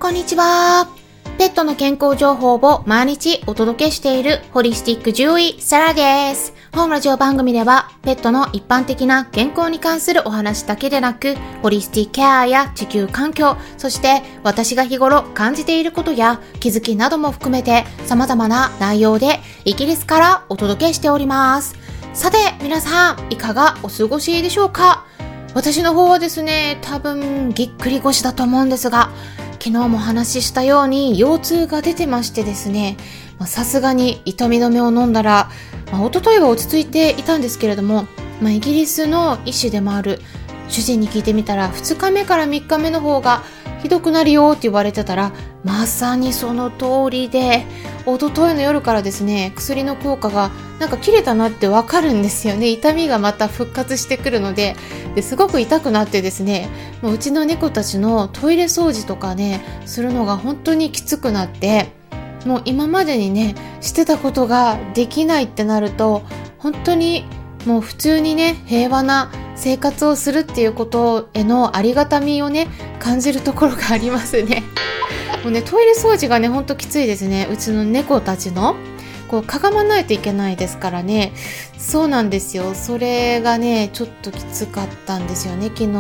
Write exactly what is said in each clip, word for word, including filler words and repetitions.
こんにちは。ペットの健康情報を毎日お届けしているホリスティック獣医サラです。本ラジオ番組ではペットの一般的な健康に関するお話だけでなく、ホリスティックケアや地球環境、そして私が日頃感じていることや気づきなども含めて様々な内容でイギリスからお届けしております。さて皆さんいかがお過ごしでしょうか？私の方はですね、多分ぎっくり腰だと思うんですが、昨日もお話ししたように腰痛が出てましてですね、さすがに痛み止めを飲んだら、まあ、一昨日は落ち着いていたんですけれども、まあ、イギリスの医師でもある主治医に聞いてみたら、ふつかめからみっかめの方がひどくなるよって言われてたら、まさにその通りで、一昨日の夜からですね、薬の効果がなんか切れたなってわかるんですよね。痛みがまた復活してくるので、ですごく痛くなってですね、もううちの猫たちのトイレ掃除とかね、するのが本当にきつくなって、もう今までにね、してたことができないってなると、本当にもう普通にね、平和な生活をするっていうことへのありがたみをね、感じるところがありますね。もうね、トイレ掃除がね、ほんときついですね。うちの猫たちのこうかがまないといけないですからね。そうなんですよ。それがね、ちょっときつかったんですよね、昨日。うん。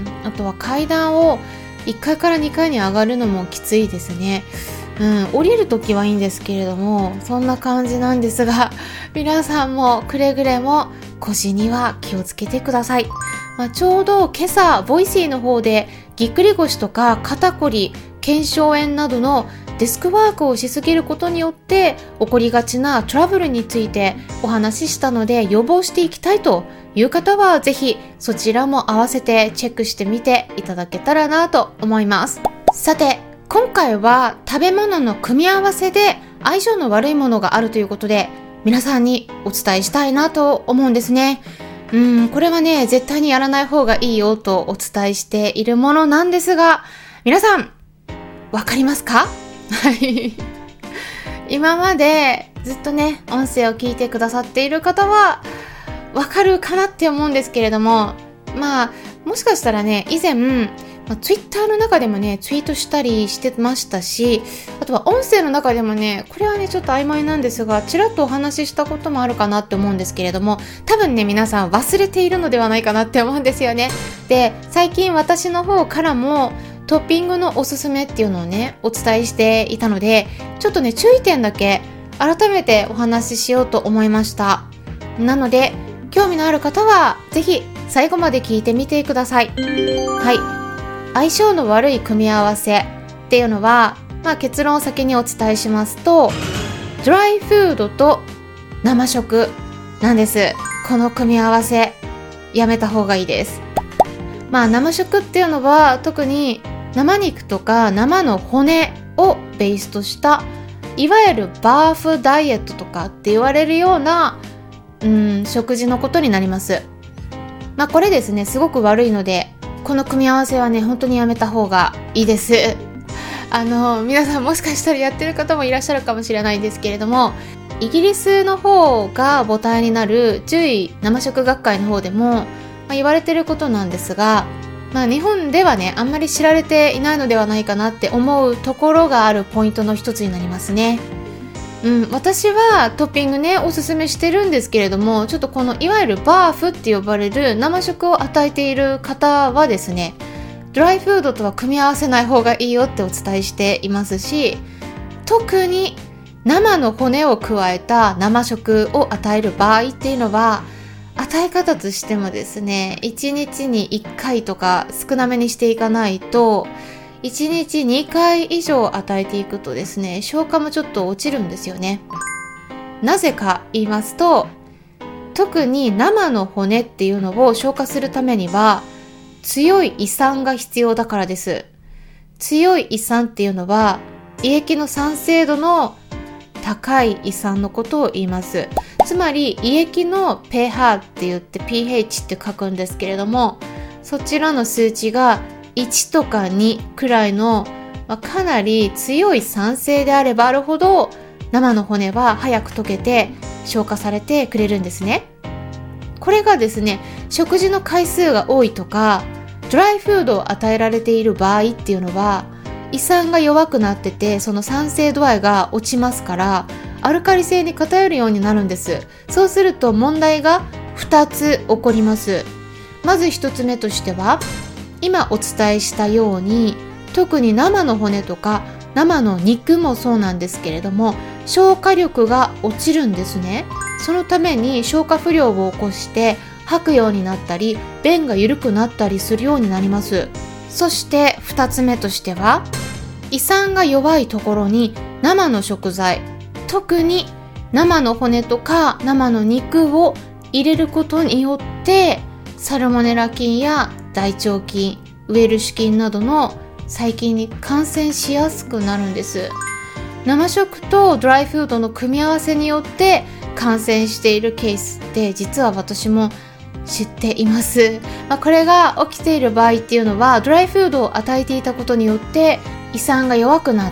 あとは階段をいっかいからにかいに上がるのもきついですね。うん、降りるときはいいんですけれども、そんな感じなんですが、皆さんもくれぐれも腰には気をつけてください。まあ、ちょうど今朝、ボイシーの方でぎっくり腰とか肩こり、腱鞘炎などのデスクワークをしすぎることによって起こりがちなトラブルについてお話ししたので、予防していきたいという方はぜひそちらも合わせてチェックしてみていただけたらなと思います。さて、今回は食べ物の組み合わせで相性の悪いものがあるということで、皆さんにお伝えしたいなと思うんですね。うん、これはね、絶対にやらない方がいいよとお伝えしているものなんですが、皆さんわかりますか？はい。今までずっとね、音声を聞いてくださっている方はわかるかなって思うんですけれども、まあ、もしかしたらね、以前、まあ、ツイッターの中でもね、ツイートしたりしてましたし、あとは音声の中でもね、これはね、ちょっと曖昧なんですが、ちらっとお話ししたこともあるかなって思うんですけれども、多分ね、皆さん忘れているのではないかなって思うんですよね。で、最近私の方からも、トッピングのおすすめっていうのをね、お伝えしていたので、ちょっとね、注意点だけ改めてお話ししようと思いました。なので、興味のある方は、ぜひ最後まで聞いてみてください。はい。相性の悪い組み合わせっていうのは、まあ結論を先にお伝えしますと、ドライフードと生食なんです。この組み合わせ、やめた方がいいです。まあ生食っていうのは特に生肉とか生の骨をベースとしたいわゆるバーフダイエットとかって言われるような、うん、食事のことになります。まあこれですね、すごく悪いので、この組み合わせはね、本当にやめた方がいいです。あの皆さんもしかしたらやってる方もいらっしゃるかもしれないんですけれども、イギリスの方が母体になる獣医生食学会の方でも、まあ、言われてることなんですが、まあ、日本ではね、あんまり知られていないのではないかなって思うところがあるポイントの一つになりますね。うん、私はトッピングね、おすすめしてるんですけれども、ちょっとこのいわゆるバーフって呼ばれる生食を与えている方はですね、ドライフードとは組み合わせない方がいいよってお伝えしていますし、特に生の骨を加えた生食を与える場合っていうのは、与え方としてもですね、いちにちにいっかいとか少なめにしていかないと、いちにちにかい以上与えていくとですね、消化もちょっと落ちるんですよね。なぜか言いますと、特に生の骨っていうのを消化するためには、強い胃酸が必要だからです。強い胃酸っていうのは、胃液の酸性度の高い胃酸のことを言います。つまり胃液の pH って言って pH って書くんですけれども、そちらの数値がいちとかにくらいの、まあ、かなり強い酸性であればあるほど生の骨は早く溶けて消化されてくれるんですね。これがですね、食事の回数が多いとかドライフードを与えられている場合っていうのは、 胃酸が弱くなってて、その酸性度合いが落ちますから、アルカリ性に偏るようになるんです。そうすると問題がふたつ起こります。まずひとつめとしては、今お伝えしたように、特に生の骨とか生の肉もそうなんですけれども、消化力が落ちるんですね。そのために消化不良を起こして吐くようになったり、便が緩くなったりするようになります。そしてふたつめとしては、胃酸が弱いところに生の食材、特に生の骨とか生の肉を入れることによってサルモネラ菌や大腸菌、ウエルシュ菌などの細菌に感染しやすくなるんです。生食とドライフードの組み合わせによって感染しているケースって実は私も知っています。まあ、これが起きている場合っていうのは、ドライフードを与えていたことによって胃酸が弱くなって、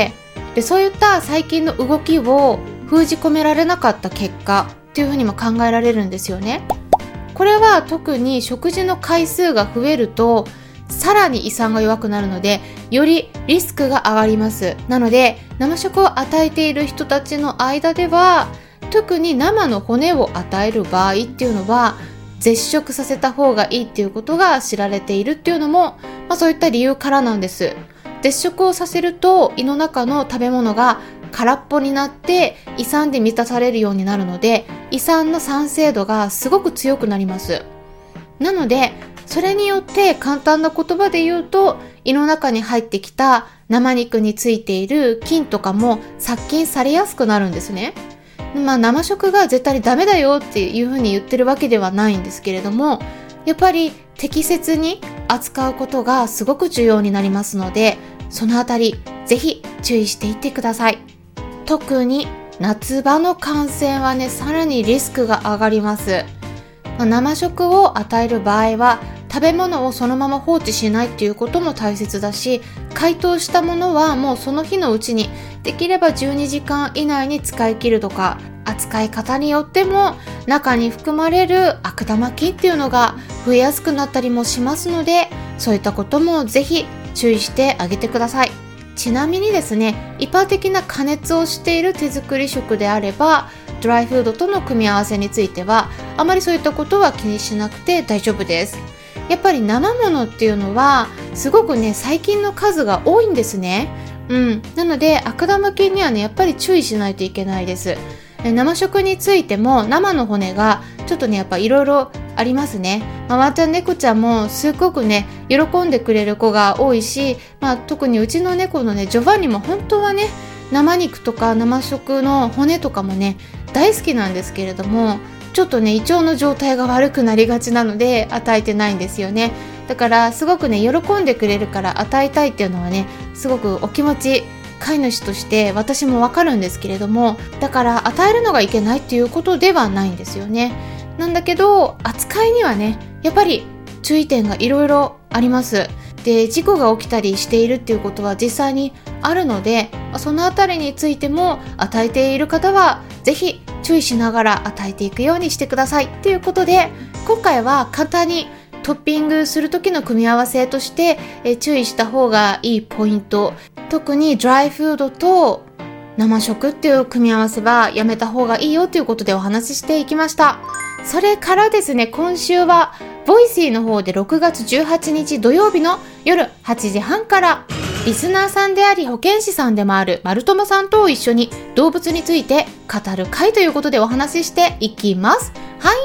でそういった細菌の動きを封じ込められなかった結果っていうふうにも考えられるんですよね。これは特に食事の回数が増えるとさらに胃酸が弱くなるので、よりリスクが上がります。なので生食を与えている人たちの間では、特に生の骨を与える場合っていうのは絶食させた方がいいっていうことが知られているっていうのも、まあ、そういった理由からなんです。絶食をさせると胃の中の食べ物が空っぽになって胃酸で満たされるようになるので、胃酸の酸性度がすごく強くなります。なのでそれによって簡単な言葉で言うと、胃の中に入ってきた生肉についている菌とかも殺菌されやすくなるんですね。まあ生食が絶対にダメだよっていうふうに言ってるわけではないんですけれども、やっぱり適切に扱うことがすごく重要になりますので、そのあたりぜひ注意していってください。特に夏場の感染はね、さらにリスクが上がります。生食を与える場合は食べ物をそのまま放置しないっていうことも大切だし、解凍したものはもうその日のうちにできればじゅうにじかん以内に使い切るとか、扱い方によっても中に含まれる悪玉菌っていうのが増えやすくなったりもしますので、そういったこともぜひ注意してあげてください。ちなみにですね、一般的な加熱をしている手作り食であれば、ドライフードとの組み合わせについてはあまりそういったことは気にしなくて大丈夫です。やっぱり生ものっていうのはすごくね、細菌の数が多いんですね。うん、なので悪玉菌にはね、やっぱり注意しないといけないです。生食についても生の骨がちょっとね、やっぱいろいろありますね。まあ、ワンちゃん猫ちゃんもすごくね喜んでくれる子が多いし、まあ、特にうちの猫のねジョバンニも本当はね、生肉とか生食の骨とかもね大好きなんですけれども、ちょっとね胃腸の状態が悪くなりがちなので与えてないんですよね。だからすごくね喜んでくれるから与えたいっていうのはね、すごくお気持ち飼い主として私もわかるんですけれども、だから与えるのがいけないっていうことではないんですよね。なんだけど扱いにはね、やっぱり注意点がいろいろあります。で、事故が起きたりしているっていうことは実際にあるので、そのあたりについても与えている方はぜひ注意しながら与えていくようにしてくださいっていうことで、今回は簡単にトッピングする時の組み合わせとしてえ注意した方がいいポイント、特にドライフードと生食っていう組み合わせはやめた方がいいよということでお話ししていきました。それからですね、今週はボイシーの方でろくがつじゅうはちにち土曜日の夜はちじはんからリスナーさんであり保健師さんでもある丸友さんと一緒に動物について語る会ということでお話ししていきます。はい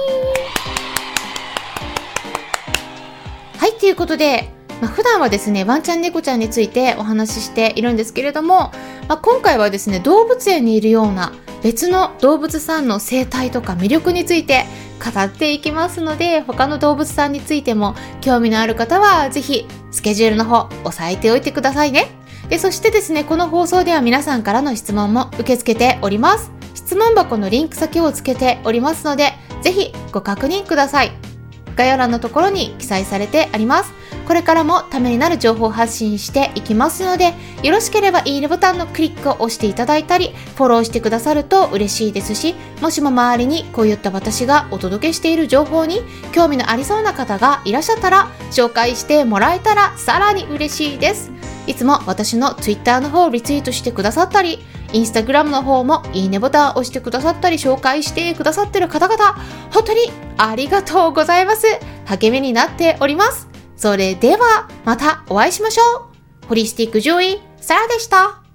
はい、ということで、まあ、普段はですねワンちゃん猫ちゃんについてお話ししているんですけれども、まあ、今回はですね動物園にいるような別の動物さんの生態とか魅力について語っていきますので、他の動物さんについても興味のある方はぜひスケジュールの方押さえておいてくださいね。で、そしてですねこの放送では皆さんからの質問も受け付けております。質問箱のリンク先をつけておりますので、ぜひご確認ください。概要欄のところに記載されてあります。これからもためになる情報を発信していきますので、よろしければいいねボタンのクリックを押していただいたりフォローしてくださると嬉しいですし、もしも周りにこういった私がお届けしている情報に興味のありそうな方がいらっしゃったら紹介してもらえたらさらに嬉しいです。 いつも私の Twitter の方をリツイートしてくださったり、Instagram の方もいいねボタンを押してくださったり、紹介してくださってる方々、本当にありがとうございます。励みになっております。それではまたお会いしましょう。ホリスティック獣医サラでした。